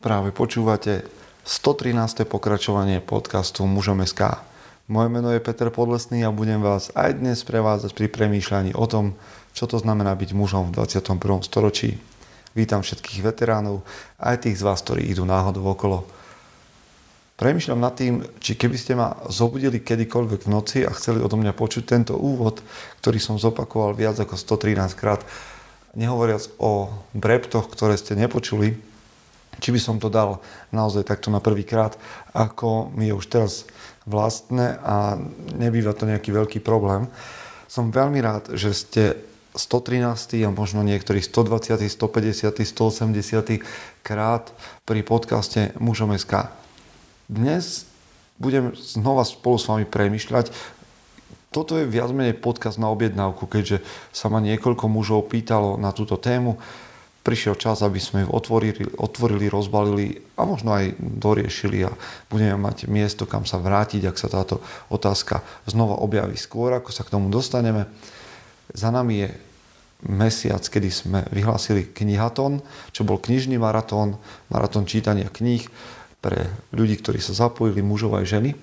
Práve počúvate 113. pokračovanie podcastu Mužom.sk. Moje meno je Peter Podlesný a budem vás aj dnes prevádzať pri premýšľaní o tom, čo to znamená byť mužom v 21. storočí. Vítam všetkých veteránov, aj tých z vás, ktorí idú náhodou okolo. Premýšľam nad tým, či keby ste ma zobudili kedykoľvek v noci a chceli odo mňa počuť tento úvod, ktorý som zopakoval viac ako 113 krát, nehovoriac o breptoch, ktoré ste nepočuli, či by som to dal naozaj takto na prvý krát, ako mi je už teraz vlastné a nebýva to nejaký veľký problém. Som veľmi rád, že ste 113. a možno niektorí 120., 150., 180. krát pri podcaste Mužom.sk. Dnes budem znova spolu s vami premýšľať. Toto je viac menej podcast na objednávku, keďže sa ma niekoľko mužov pýtalo na túto tému. Prišiel čas, aby sme ju otvorili, rozbalili a možno aj doriešili a budeme mať miesto, kam sa vrátiť, ak sa táto otázka znova objaví. Skôr ako sa k tomu dostaneme, za nami je mesiac, kedy sme vyhlásili knihatón, čo bol knižný maratón čítania kníh pre ľudí, ktorí sa zapojili, mužov aj ženy.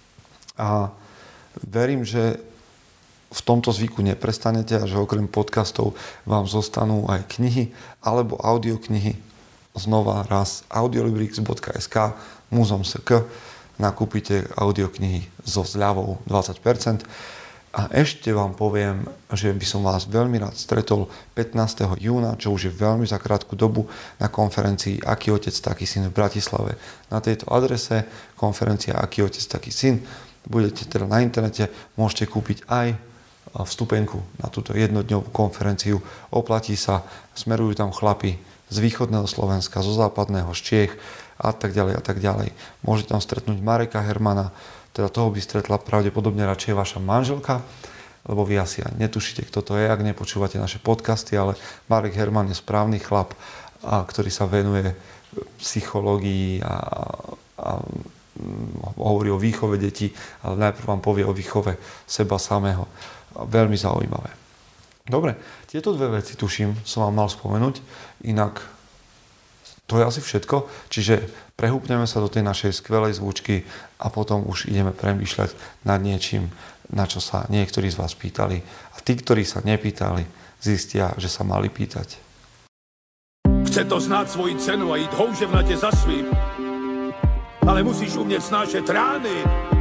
A verím, že v tomto zvyku neprestanete a že okrem podcastov vám zostanú aj knihy alebo audioknihy. Znova raz audiolibrix.sk Muzom.sk nakúpite audioknihy so zľavou 20%. A ešte vám poviem, že by som vás veľmi rád stretol 15. júna, čo už je veľmi za krátku dobu, na konferencii Aký otec, taký syn v Bratislave. Na tejto adrese konferencia Aký otec, taký syn. Budete teda na internete, môžete kúpiť aj vstupenku na túto jednodňovú konferenciu. Oplatí sa, smerujú tam chlapi z východného Slovenska, zo západného, z Čiech a tak ďalej a tak ďalej. Môžete tam stretnúť Mareka Hermana, teda toho by stretla pravdepodobne radšej vaša manželka, lebo vy asi aj netušíte, kto to je, ak nepočúvate naše podcasty, ale Marek Herman je správny chlap, ktorý sa venuje psychológii a hovorí o výchove detí, ale najprv vám povie o výchove seba samého. Veľmi zaujímavé. Dobre, tieto dve veci, tuším, som vám mal spomenúť, inak to je asi všetko, čiže prehúpneme sa do tej našej skvelej zvučky a potom už ideme premýšľať nad niečím, na čo sa niektorí z vás pýtali a tí, ktorí sa nepýtali, zistia, že sa mali pýtať. Chce to znáť svoji cenu a ísť houževnate za svým, ale musíš umieť snášať rány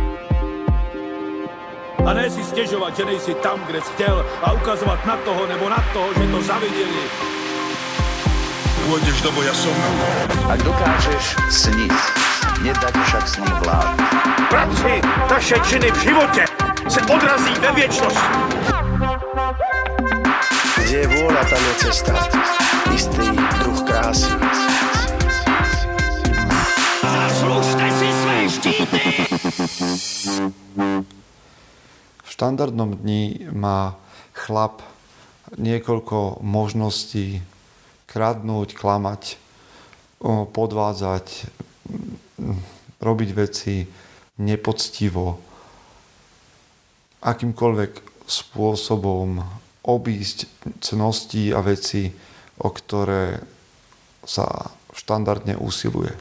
a ne si stěžovat, že nejsi tam, kde jsi chtěl a ukazovat na toho nebo na toho, že to zaviděli. Pôjdeš do boja som. Ak dokážeš sniť, nedať však sním vlád. Práci, taše činy v živote se odrazí ve věčnosti. Kde je vôľa, tam je cesta. Istý druh krásy. Zaslužte si své štíty! V štandardnom dni má chlap niekoľko možností kradnúť, klamať, podvádzať, robiť veci nepoctivo, akýmkoľvek spôsobom obísť cnosti a veci, o ktoré sa štandardne usiluje.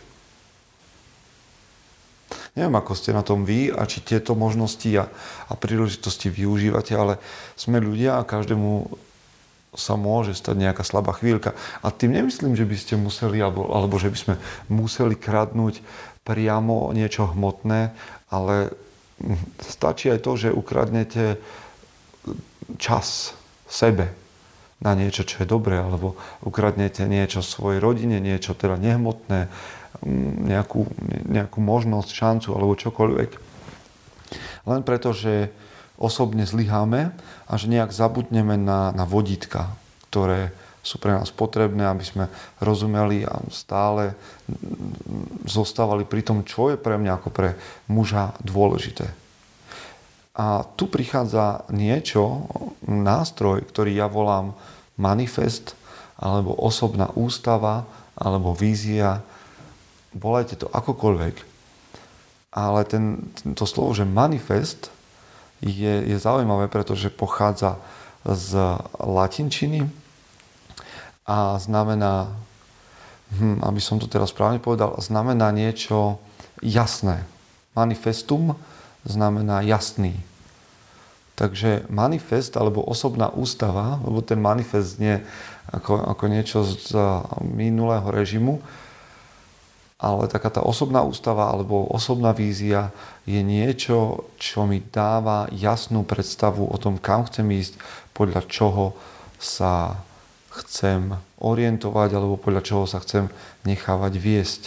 Neviem, ako ste na tom vy a či tieto možnosti a príležitosti využívate, ale sme ľudia a každému sa môže stať nejaká slabá chvíľka. A tým nemyslím, že by ste museli, alebo že by sme museli kradnúť priamo niečo hmotné, ale stačí aj to, že ukradnete čas sebe na niečo, čo je dobré, alebo ukradnete niečo svojej rodine, niečo teda nehmotné, nejakú možnosť, šancu alebo čokoľvek. Len preto, že osobne zlyháme a že nejak zabudneme na vodítka, ktoré sú pre nás potrebné, aby sme rozumeli a stále zostávali pri tom, čo je pre mňa ako pre muža dôležité. A tu prichádza niečo, nástroj, ktorý ja volám manifest, alebo osobná ústava, alebo vízia, volajte to akokoľvek. Ale to slovo, že manifest, je zaujímavé, pretože pochádza z latinčiny a znamená aby som to teraz správne povedal, znamená niečo jasné. Manifestum znamená jasný. Takže manifest alebo osobná ústava, lebo ten manifest znie ako niečo z minulého režimu, ale taká tá osobná ústava alebo osobná vízia je niečo, čo mi dáva jasnú predstavu o tom, kam chcem ísť, podľa čoho sa chcem orientovať alebo podľa čoho sa chcem nechávať viesť.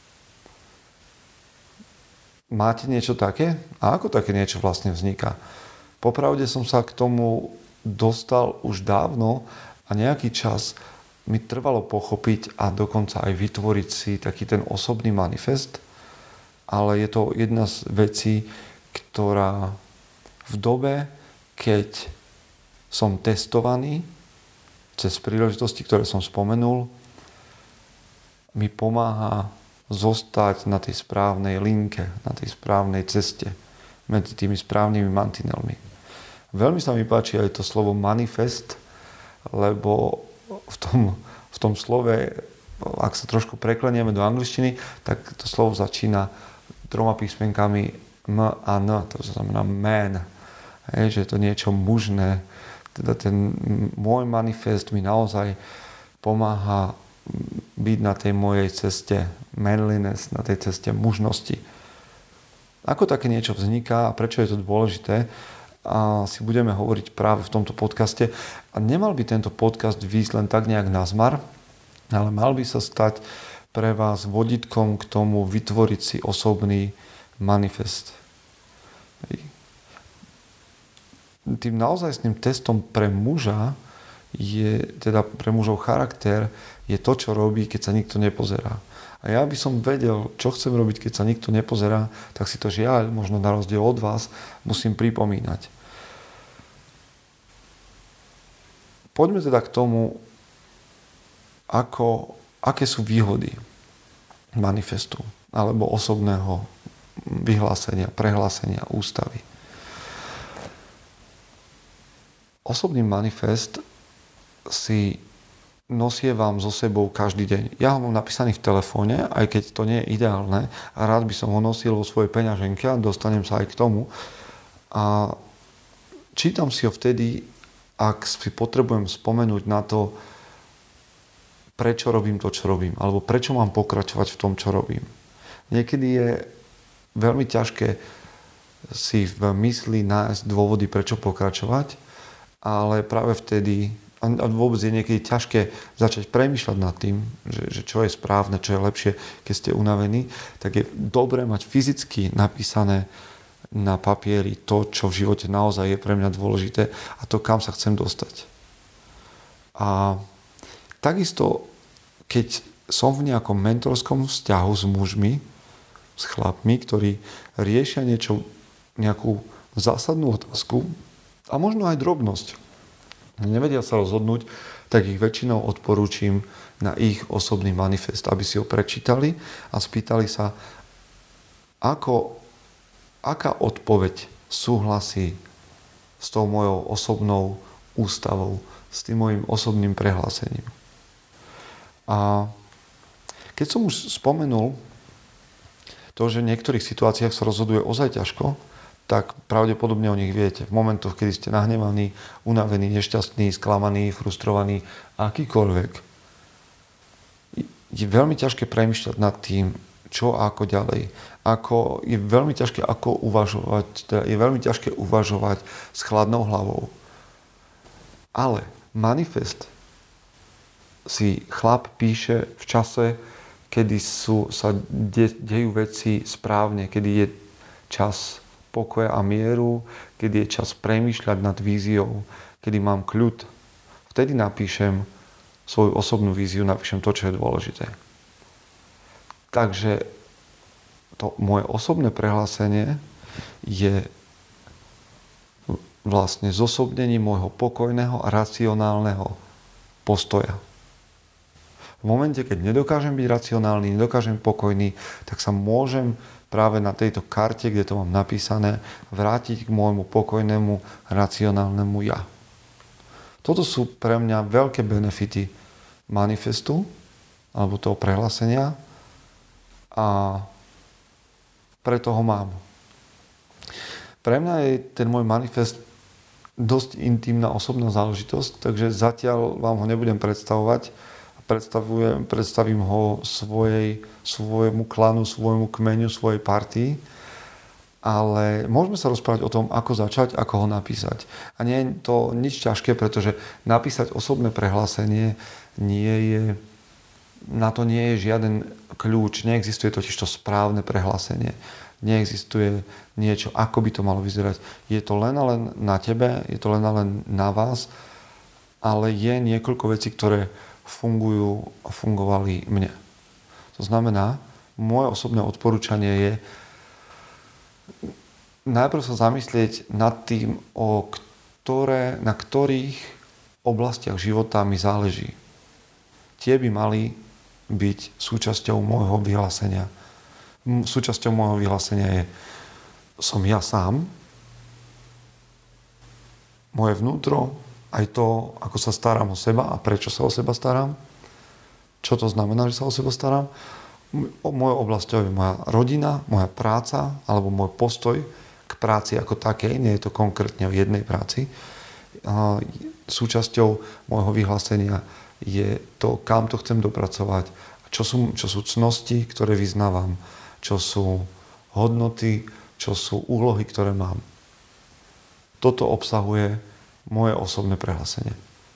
Máte niečo také? A ako také niečo vlastne vzniká? Popravde som sa k tomu dostal už dávno a nejaký čas mi trvalo pochopiť a dokonca aj vytvoriť si taký ten osobný manifest, ale je to jedna z vecí, ktorá v dobe, keď som testovaný cez príležitosti, ktoré som spomenul, mi pomáha zostať na tej správnej linke, na tej správnej ceste, medzi tými správnymi mantinelmi. Veľmi sa mi páči aj to slovo manifest, lebo v tom slove, ak sa trošku preklenieme do angličtiny, tak to slovo začína 3 písmenkami M a N, to znamená man. Že je to niečo mužné. Teda ten môj manifest mi naozaj pomáha byť na tej mojej ceste manliness, na tej ceste mužnosti. Ako také niečo vzniká a prečo je to dôležité, a si budeme hovoriť práve v tomto podcaste. A nemal by tento podcast výjsť len tak nejak nazmar, ale mal by sa stať pre vás vodítkom k tomu vytvoriť si osobný manifest. Tým naozajstným testom pre muža je, teda pre mužov charakter, je to, čo robí, keď sa nikto nepozerá. A ja by som vedel, čo chcem robiť, keď sa nikto nepozerá, tak si to žiaľ, možno na rozdiel od vás, musím pripomínať. Poďme teda k tomu, aké sú výhody manifestu alebo osobného vyhlásenia, prehlásenia ústavy. Osobný manifest si nosievam so sebou každý deň. Ja ho mám napísaný v telefóne, aj keď to nie je ideálne a rád by som ho nosil vo svojej peňaženke a dostanem sa aj k tomu. A čítam si ho vtedy, ak si potrebujem spomenúť na to, prečo robím to, čo robím, alebo prečo mám pokračovať v tom, čo robím. Niekedy je veľmi ťažké si v mysli nájsť dôvody, prečo pokračovať, ale práve vtedy, a vôbec je niekedy ťažké začať premýšľať nad tým, že čo je správne, čo je lepšie, keď ste unavení, tak je dobré mať fyzicky napísané na papieri to, čo v živote naozaj je pre mňa dôležité a to, kam sa chcem dostať. A takisto, keď som v nejakom mentorskom vzťahu s mužmi, s chlapmi, ktorí riešia nejakú zásadnú otázku a možno aj drobnosť, nevedia sa rozhodnúť, tak ich väčšinou odporúčim na ich osobný manifest, aby si ho prečítali a spýtali sa, aká odpoveď súhlasí s tou mojou osobnou ústavou, s tým mojim osobným prehlásením. A keď som už spomenul to, že v niektorých situáciách sa rozhoduje ozaj ťažko, tak pravdepodobne o nich viete. V momentoch, kedy ste nahnevaní, unavení, nešťastní, sklamaní, frustrovaní, akýkoľvek. Je veľmi ťažké premýšľať nad tým, čo a ako ďalej. Je veľmi ťažké uvažovať s chladnou hlavou. Ale manifest si chlap píše v čase, kedy sa dejú veci správne, kedy je čas pokoja a mieru, kedy je čas premýšľať nad víziou, kedy mám kľud. Vtedy napíšem svoju osobnú víziu, napíšem to, čo je dôležité. Takže to moje osobné prehlásenie je vlastne zosobnením môjho pokojného a racionálneho postoja. V momente, keď nedokážem byť racionálny, nedokážem pokojný, tak sa môžem práve na tejto karte, kde to mám napísané, vrátiť k môjmu pokojnému, racionálnemu ja. Toto sú pre mňa veľké benefity manifestu alebo toho prehlásenia a preto ho mám. Pre mňa je ten môj manifest dosť intimná osobná záležitosť, takže zatiaľ vám ho nebudem predstavovať. Predstavím ho svojemu klanu, svojmu kmeňu, svojej partii. Ale môžeme sa rozprávať o tom, ako začať, ako ho napísať. A nie je to nič ťažké, pretože napísať osobné prehlásenie na to nie je žiaden kľúč. Neexistuje totiž to správne prehlásenie. Neexistuje niečo, ako by to malo vyzerať. Je to len a len na tebe, je to len a len na vás, ale je niekoľko vecí, ktoré fungujú a fungovali mne. To znamená, moje osobné odporúčanie je najprv sa zamyslieť nad tým, na ktorých oblastiach života mi záleží. Tie by mali byť súčasťou môjho vyhlásenia. Súčasťou môjho vyhlásenia je som ja sám, moje vnútro, aj to, ako sa starám o seba a prečo sa o seba starám. Čo to znamená, že sa o seba starám? Mojou oblasťou je moja rodina, moja práca alebo môj postoj k práci ako takej. Nie je to konkrétne o jednej práci. Súčasťou môjho vyhlásenia je to, kam to chcem dopracovať. Čo sú cnosti, ktoré vyznávam. Čo sú hodnoty, čo sú úlohy, ktoré mám. Toto obsahuje moje osobné prehlásenie.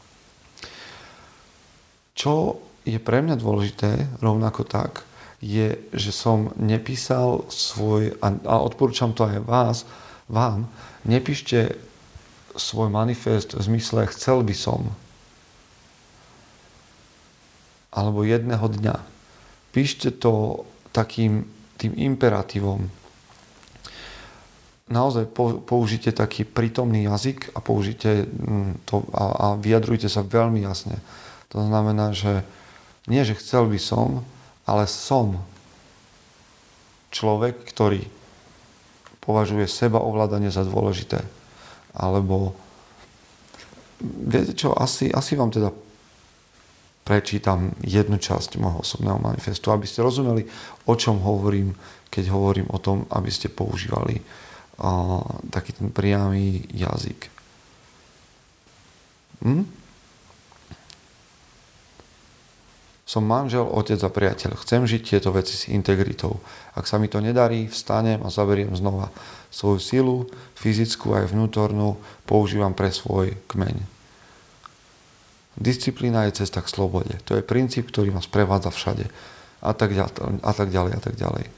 Čo je pre mňa dôležité, rovnako tak, je, že som nepísal a odporúčam to aj vám, nepíšte svoj manifest v zmysle chcel by som, alebo jedného dňa. Píšte to takým tým imperatívom. Naozaj použite taký prítomný jazyk a použite to a vyjadrujte sa veľmi jasne. To znamená, že nie, že chcel by som, ale som človek, ktorý považuje seba ovládanie za dôležité. Alebo viete čo, asi vám teda prečítam jednu časť môjho osobného manifestu, aby ste rozumeli, o čom hovorím, keď hovorím o tom, aby ste používali taký ten priamy jazyk. Som manžel, otec a priateľ. Chcem žiť tieto veci s integritou. Ak sa mi to nedarí, vstanem a zaberiem znova. Svoju silu, fyzickú aj vnútornú, používam pre svoj kmeň. Disciplína je cesta k slobode. To je princíp, ktorý ma sprevádza všade. A tak ďalej.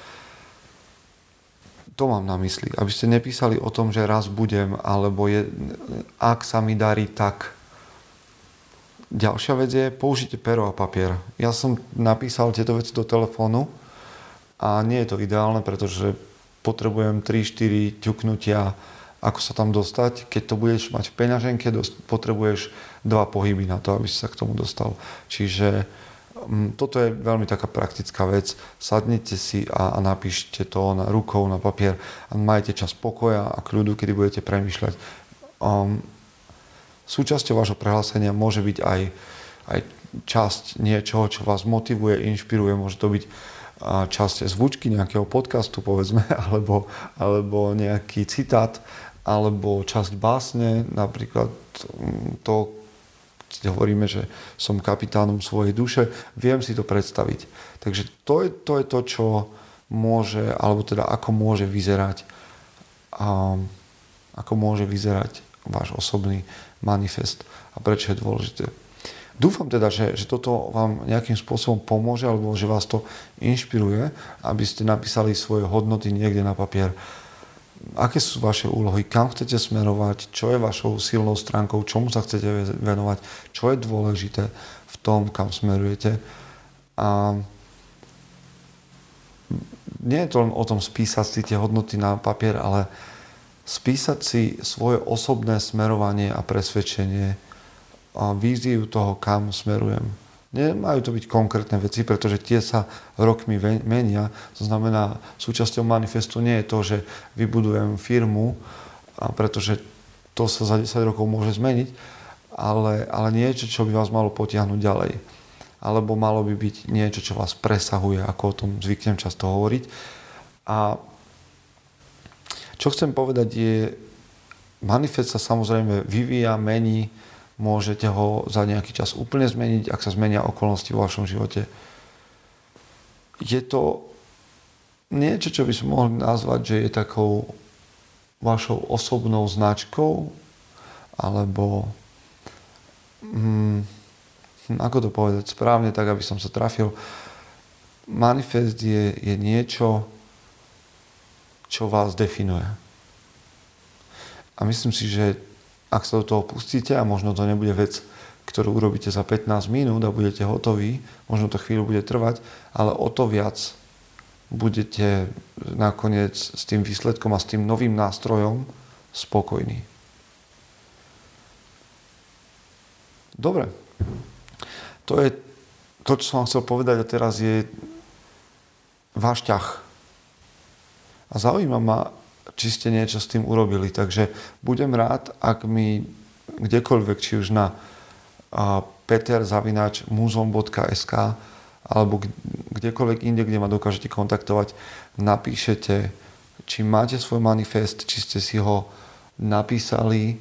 To mám na mysli. Aby ste nepísali o tom, že raz budem, alebo ak sa mi darí tak. Ďalšia vec je, použite pero a papier. Ja som napísal tieto veci do telefónu a nie je to ideálne, pretože potrebujem 3-4 ťuknutia, ako sa tam dostať. Keď to budeš mať v peňaženke, potrebuješ 2 pohyby na to, aby si sa k tomu dostal. Čiže toto je veľmi taká praktická vec. Sadnite si a napíšte to rukou na papier a majte čas pokoja a kľudu, kedy budete premýšľať. Súčasťou vášho prehlásenia môže byť aj časť niečoho, čo vás motivuje, inšpiruje. Môže to byť časť zvučky nejakého podcastu, povedzme, alebo nejaký citát, alebo časť básne, napríklad to, keď hovoríme, že som kapitánom svojej duše, viem si to predstaviť. Takže to je to, čo môže, alebo teda ako môže vyzerať váš osobný manifest a prečo je dôležité. Dúfam teda, že toto vám nejakým spôsobom pomôže alebo že vás to inšpiruje, aby ste napísali svoje hodnoty niekde na papier. Aké sú vaše úlohy, kam chcete smerovať, čo je vašou silnou stránkou, čomu sa chcete venovať, čo je dôležité v tom, kam smerujete. A nie je to len o tom spísať si tie hodnoty na papier, ale spísať si svoje osobné smerovanie a presvedčenie a víziu toho, kam smerujem. Nemajú to byť konkrétne veci, pretože tie sa rokmi menia. To znamená, súčasťou manifestu nie je to, že vybudujem firmu, pretože to sa za 10 rokov môže zmeniť, ale niečo, čo by vás malo potiahnuť ďalej. alebo malo by byť niečo, čo vás presahuje, ako o tom zvyknem často hovoriť. A čo chcem povedať je, manifest sa samozrejme vyvíja, mení, môžete ho za nejaký čas úplne zmeniť, ak sa zmenia okolnosti vo vašom živote. Je to niečo, čo by sme mohli nazvať, že je takou vašou osobnou značkou, alebo ako to povedať správne, tak aby som sa trafil. Manifest je niečo, čo vás definuje. A myslím si, že ak sa do toho pustíte, a možno to nebude vec, ktorú urobíte za 15 minút a budete hotoví, možno to chvíľu bude trvať, ale o to viac budete nakoniec s tým výsledkom a s tým novým nástrojom spokojní. Dobre. To je to, čo som chcel povedať a teraz je váš ťah. A zaujíma ma, či ste niečo s tým urobili. Takže budem rád, ak mi kdekoľvek, či už na peter@muzom.sk alebo kdekoľvek inde, kde ma dokážete kontaktovať, napíšete, či máte svoj manifest, či ste si ho napísali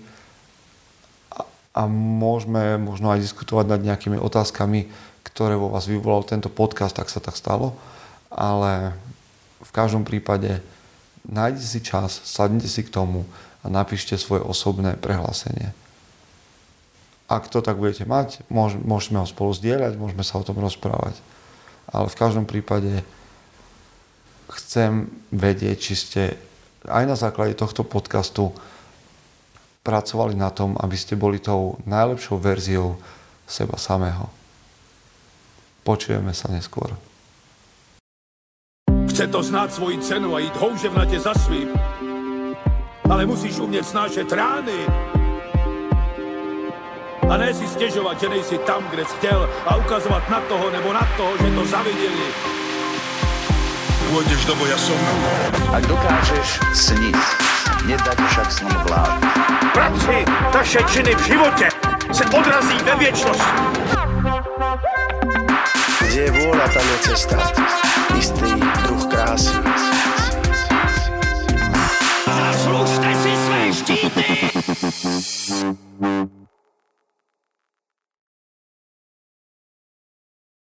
a môžeme možno aj diskutovať nad nejakými otázkami, ktoré vo vás vyvolal tento podcast, tak sa tak stalo. Ale v každom prípade nájdete si čas, sadnite si k tomu a napíšte svoje osobné prehlásenie. Ak to tak budete mať, môžeme ho spolu zdieľať, môžeme sa o tom rozprávať. Ale v každom prípade chcem vedieť, či ste aj na základe tohto podcastu pracovali na tom, aby ste boli tou najlepšou verziou seba samého. Počujeme sa neskôr. Chce to znát svoji cenu a jít houževnatě za svým. Ale musíš umět snášet rány. A ne si stěžovat, že nejsi tam, kde jsi chtěl a ukazovat na toho nebo na toho, že to zaviděli. Pôjdeš do boja som. Ak dokážeš sniť, nedať však sním vlád. Práci, taše činy v životě se odrazí ve věčnosti. Kde je vôľa, tam je cesta. Istý druh krásy.